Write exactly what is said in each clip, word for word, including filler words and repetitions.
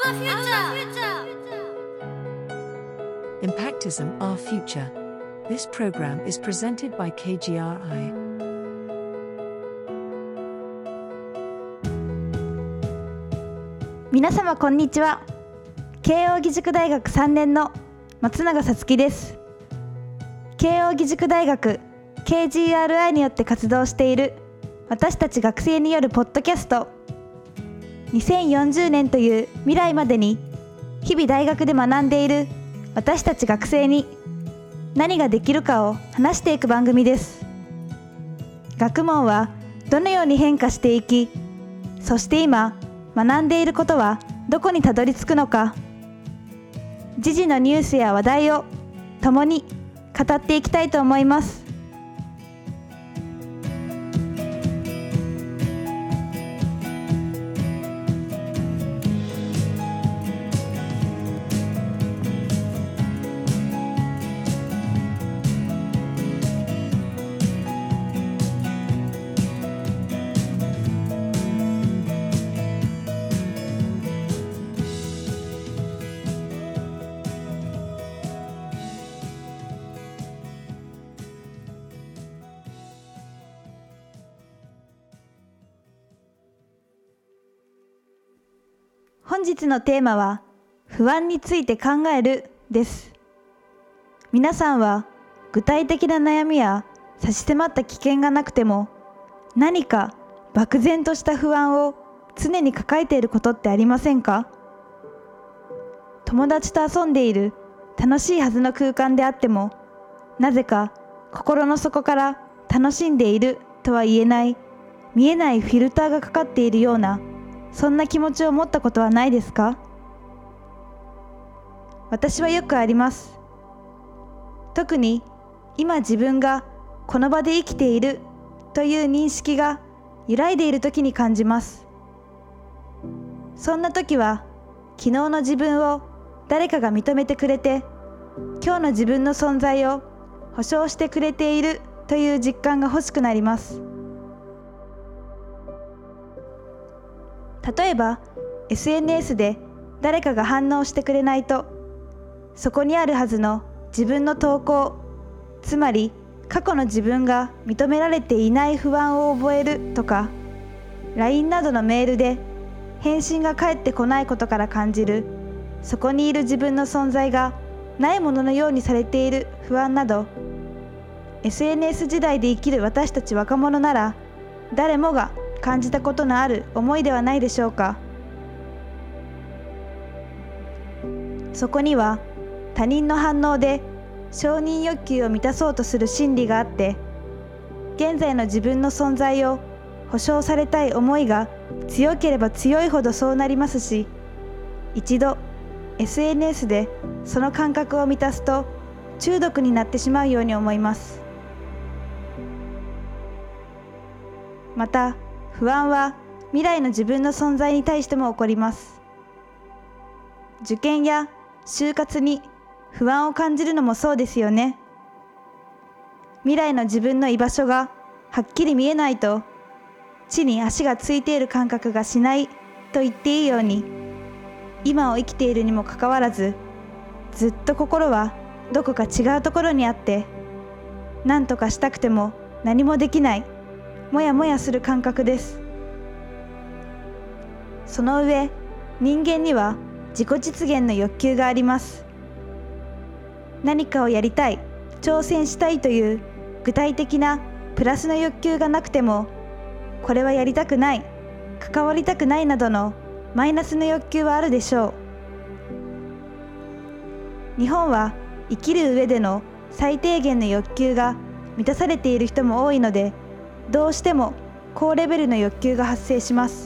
Impactism Our Future. This program is presented by ケージーアールアイ。 皆様こんにちは。慶應義塾大学さんねんの松永さつきです。慶應義塾大学 ケージーアールアイ によって活動している私たち学生によるポッドキャスト、にせんよんじゅうねんという未来までに日々大学で学んでいる私たち学生に何ができるかを話していく番組です。学問はどのように変化していき、そして今学んでいることはどこにたどり着くのか、時事のニュースや話題を共に語っていきたいと思います。本日のテーマは不安について考えるです。皆さんは具体的な悩みや差し迫った危険がなくても何か漠然とした不安を常に抱えていることってありませんか？友達と遊んでいる楽しいはずの空間であっても、なぜか心の底から楽しんでいるとは言えない見えないフィルターがかかっているような、そんな気持ちを持ったことはないですか？私はよくあります。特に今自分がこの場で生きているという認識が揺らいでいる時に感じます。そんな時は昨日の自分を誰かが認めてくれて、今日の自分の存在を保証してくれているという実感が欲しくなります。例えば エスエヌエス で誰かが反応してくれないと、そこにあるはずの自分の投稿、つまり過去の自分が認められていない不安を覚えるとか、 ライン などのメールで返信が返ってこないことから感じる、そこにいる自分の存在がないもののようにされている不安など、 エスエヌエス 時代で生きる私たち若者なら誰もが感じたことのある思いではないでしょうか。そこには他人の反応で承認欲求を満たそうとする心理があって、現在の自分の存在を保証されたい思いが強ければ強いほどそうなりますし、一度 エスエヌエス でその感覚を満たすと中毒になってしまうように思います。また不安は未来の自分の存在に対しても起こります。受験や就活に不安を感じるのもそうですよね。未来の自分の居場所がはっきり見えないと、地に足がついている感覚がしないと言っていいように、今を生きているにもかかわらず、ずっと心はどこか違うところにあって、何とかしたくても何もできない、もやもやする感覚です。その上、人間には自己実現の欲求があります。何かをやりたい、挑戦したいという具体的なプラスの欲求がなくても、これはやりたくない、関わりたくないなどのマイナスの欲求はあるでしょう。日本は生きる上での最低限の欲求が満たされている人も多いので、どうしても高レベルの欲求が発生します。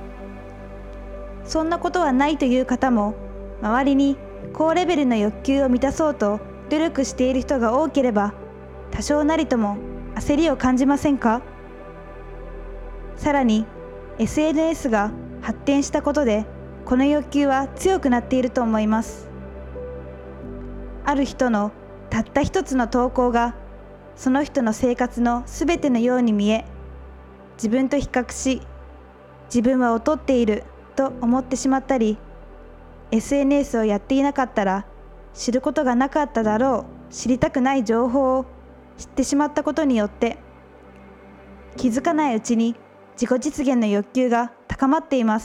そんなことはないという方も、周りに高レベルの欲求を満たそうと努力している人が多ければ、多少なりとも焦りを感じませんか？さらに エスエヌエス が発展したことで、この欲求は強くなっていると思います。ある人のたった一つの投稿がその人の生活のすべてのように見え、自分と比較し、自分は劣っていると思ってしまったり、 エスエヌエス をやっていなかったら知ることがなかっただろう知りたくない情報を知ってしまったことによって気づかないうちに自己実現の欲求が高まっています。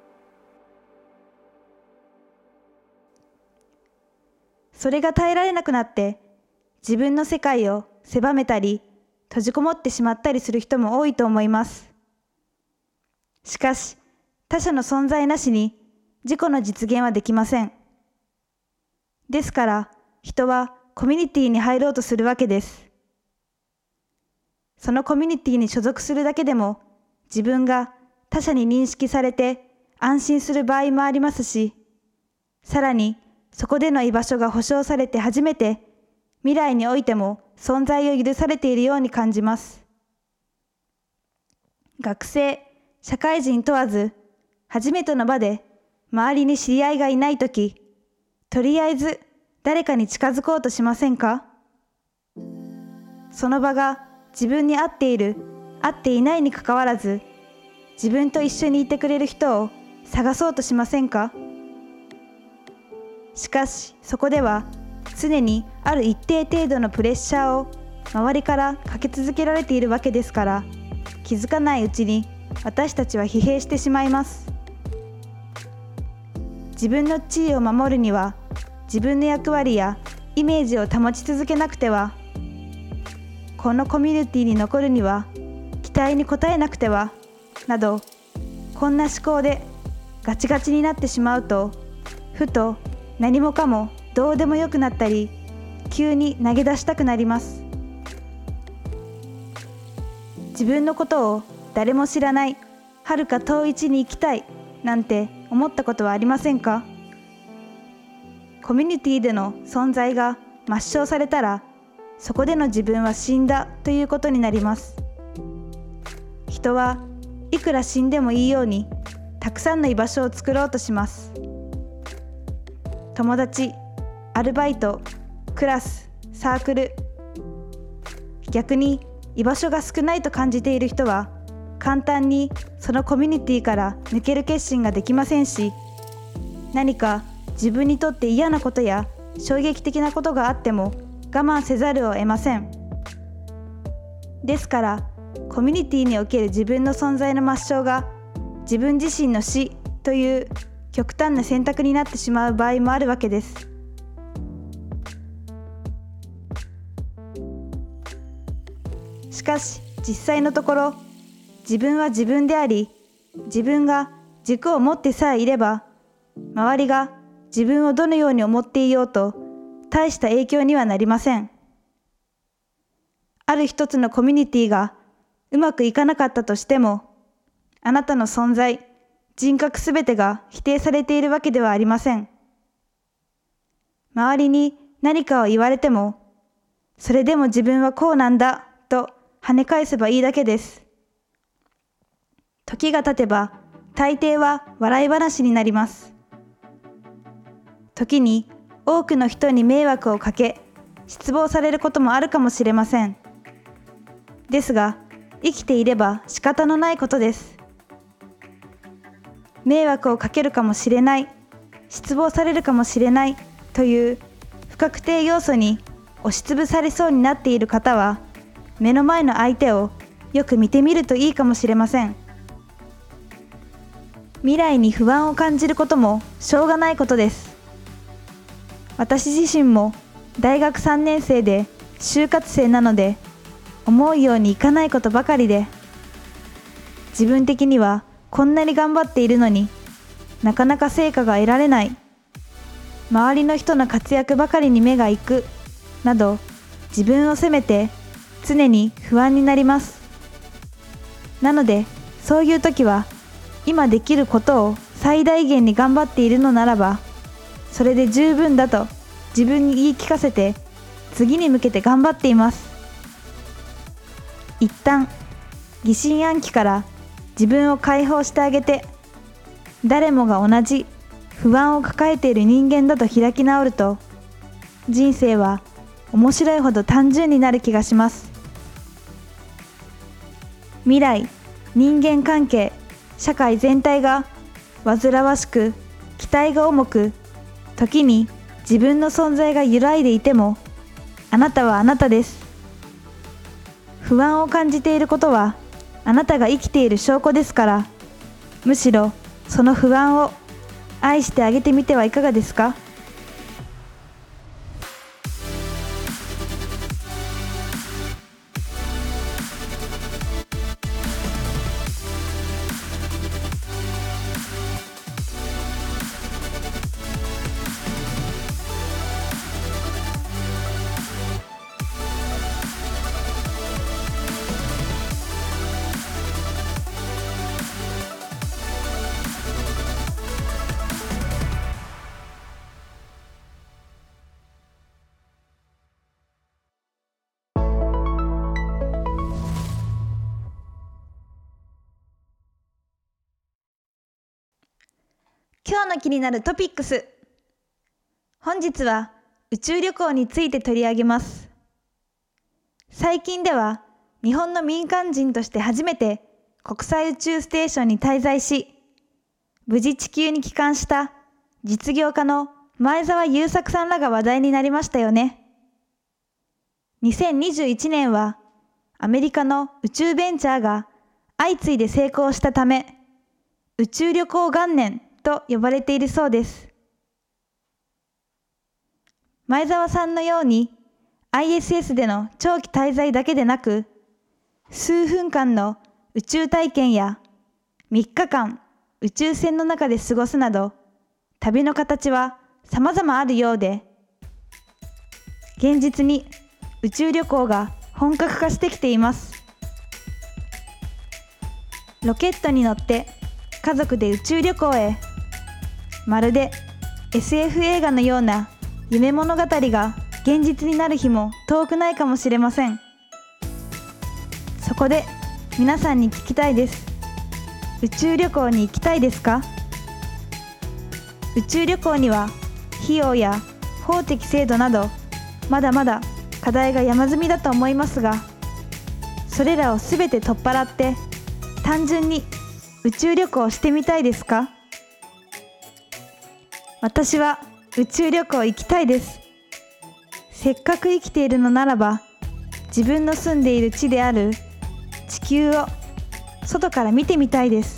それが耐えられなくなって自分の世界を狭めたり閉じこもってしまったりする人も多いと思います。しかし他者の存在なしに自己の実現はできません。ですから人はコミュニティに入ろうとするわけです。そのコミュニティに所属するだけでも自分が他者に認識されて安心する場合もありますし、さらにそこでの居場所が保証されて初めて未来においても存在を許されているように感じます。学生、社会人問わず初めての場で周りに知り合いがいないとき、とりあえず誰かに近づこうとしませんか？その場が自分に合っている、合っていないにかかわらず、自分と一緒にいてくれる人を探そうとしませんか？しかしそこでは常にある一定程度のプレッシャーを周りからかけ続けられているわけですから、気づかないうちに私たちは疲弊してしまいます。自分の地位を守るには自分の役割やイメージを保ち続けなくては、このコミュニティに残るには期待に応えなくてはなど、こんな思考でガチガチになってしまうと、ふと何もかもどうでもよくなったり、急に投げ出したくなります。自分のことを誰も知らない、遥か遠い地に行きたいなんて思ったことはありませんか？コミュニティでの存在が抹消されたら、そこでの自分は死んだということになります。人はいくら死んでもいいように、たくさんの居場所を作ろうとします。友達、アルバイト、クラス、サークル。逆に居場所が少ないと感じている人は、簡単にそのコミュニティから抜ける決心ができませんし、何か自分にとって嫌なことや衝撃的なことがあっても我慢せざるを得ません。ですから、コミュニティにおける自分の存在の抹消が自分自身の死という極端な選択になってしまう場合もあるわけです。しかし実際のところ、自分は自分であり、自分が軸を持ってさえいれば、周りが自分をどのように思っていようと大した影響にはなりません。ある一つのコミュニティがうまくいかなかったとしても、あなたの存在、人格すべてが否定されているわけではありません。周りに何かを言われても、それでも自分はこうなんだと跳ね返せばいいだけです。時が経てば大抵は笑い話になります。時に多くの人に迷惑をかけ、失望されることもあるかもしれません。ですが、生きていれば仕方のないことです。迷惑をかけるかもしれない、失望されるかもしれないという不確定要素に押しつぶされそうになっている方は、目の前の相手をよく見てみるといいかもしれません。未来に不安を感じることもしょうがないことです。私自身も大学さんねん生で就活生なので、思うようにいかないことばかりで、自分的にはこんなに頑張っているのになかなか成果が得られない、周りの人の活躍ばかりに目が行くなど、自分を責めて常に不安になります。なのでそういう時は、今できることを最大限に頑張っているのならば、それで十分だと自分に言い聞かせて、次に向けて頑張っています。一旦疑心暗鬼から自分を解放してあげて、誰もが同じ不安を抱えている人間だと開き直ると、人生は面白いほど単純になる気がします。未来、人間関係、社会全体が煩わしく期待が重く、時に自分の存在が揺らいでいても、あなたはあなたです。不安を感じていることは、あなたが生きている証拠ですから、むしろその不安を愛してあげてみてはいかがですか？今日の気になるトピックス。本日は宇宙旅行について取り上げます。最近では日本の民間人として初めて国際宇宙ステーションに滞在し、無事地球に帰還した実業家の前澤友作さんらが話題になりましたよね。にせんにじゅういちねんはアメリカの宇宙ベンチャーが相次いで成功したため、宇宙旅行元年と呼ばれているそうです。前澤さんのように アイエスエス での長期滞在だけでなく、数分間の宇宙体験やみっかかん宇宙船の中で過ごすなど、旅の形は様々あるようで、現実に宇宙旅行が本格化してきています。ロケットに乗って家族で宇宙旅行へ。まるで エスエフ 映画のような夢物語が現実になる日も遠くないかもしれません。そこで皆さんに聞きたいです。宇宙旅行に行きたいですか？宇宙旅行には費用や法的制度などまだまだ課題が山積みだと思いますが、それらをすべて取っ払って単純に宇宙旅行をしてみたいですか？私は宇宙旅行行きたいです。せっかく生きているのならば、自分の住んでいる地である地球を外から見てみたいです。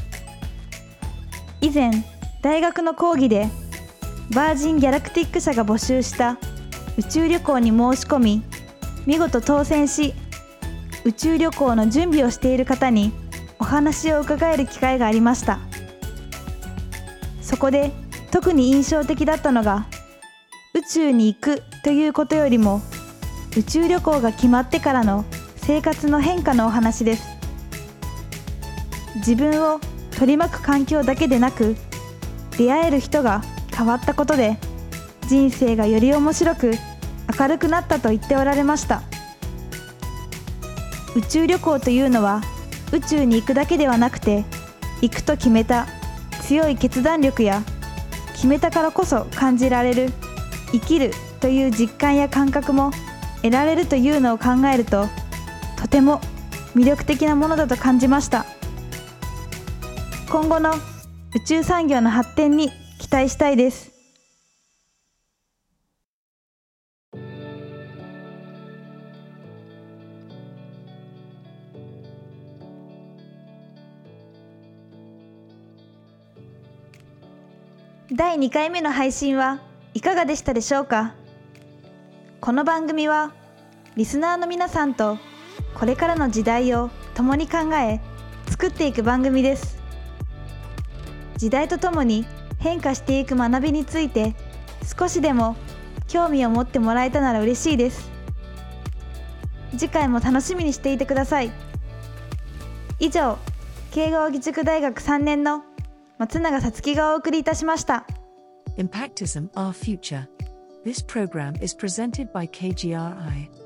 以前、大学の講義でバージン・ギャラクティック社が募集した宇宙旅行に申し込み、見事当選し、宇宙旅行の準備をしている方にお話を伺える機会がありました。そこで特に印象的だったのが、宇宙に行くということよりも宇宙旅行が決まってからの生活の変化のお話です。自分を取り巻く環境だけでなく、出会える人が変わったことで人生がより面白く明るくなったと言っておられました。宇宙旅行というのは宇宙に行くだけではなくて、行くと決めた強い決断力や決めたからこそ感じられる生きるという実感や感覚も得られるというのを考えると、とても魅力的なものだと感じました。今後の宇宙産業の発展に期待したいです。だいにかいめの配信はいかがでしたでしょうか？この番組はリスナーの皆さんとこれからの時代を共に考え作っていく番組です。時代とともに変化していく学びについて少しでも興味を持ってもらえたなら嬉しいです。次回も楽しみにしていてください。以上、慶應義塾大学さんねんの松永さつきがお送りいたしました。 Impactism Our Future. This program is presented by K G R I.